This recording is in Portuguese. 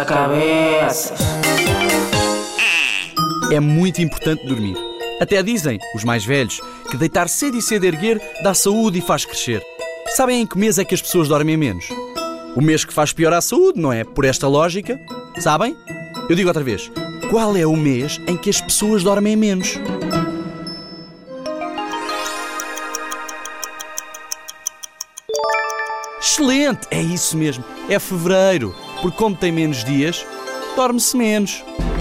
cabeças. É muito importante dormir. Até dizem, os mais velhos, que deitar cedo e cedo erguer dá saúde e faz crescer. Sabem em que mês é que as pessoas dormem menos? O mês que faz pior à saúde, não é? Por esta lógica. Sabem? Eu digo outra vez. Qual é o mês em que as pessoas dormem menos? Excelente! É isso mesmo. É fevereiro. Porque como tem menos dias, dorme-se menos.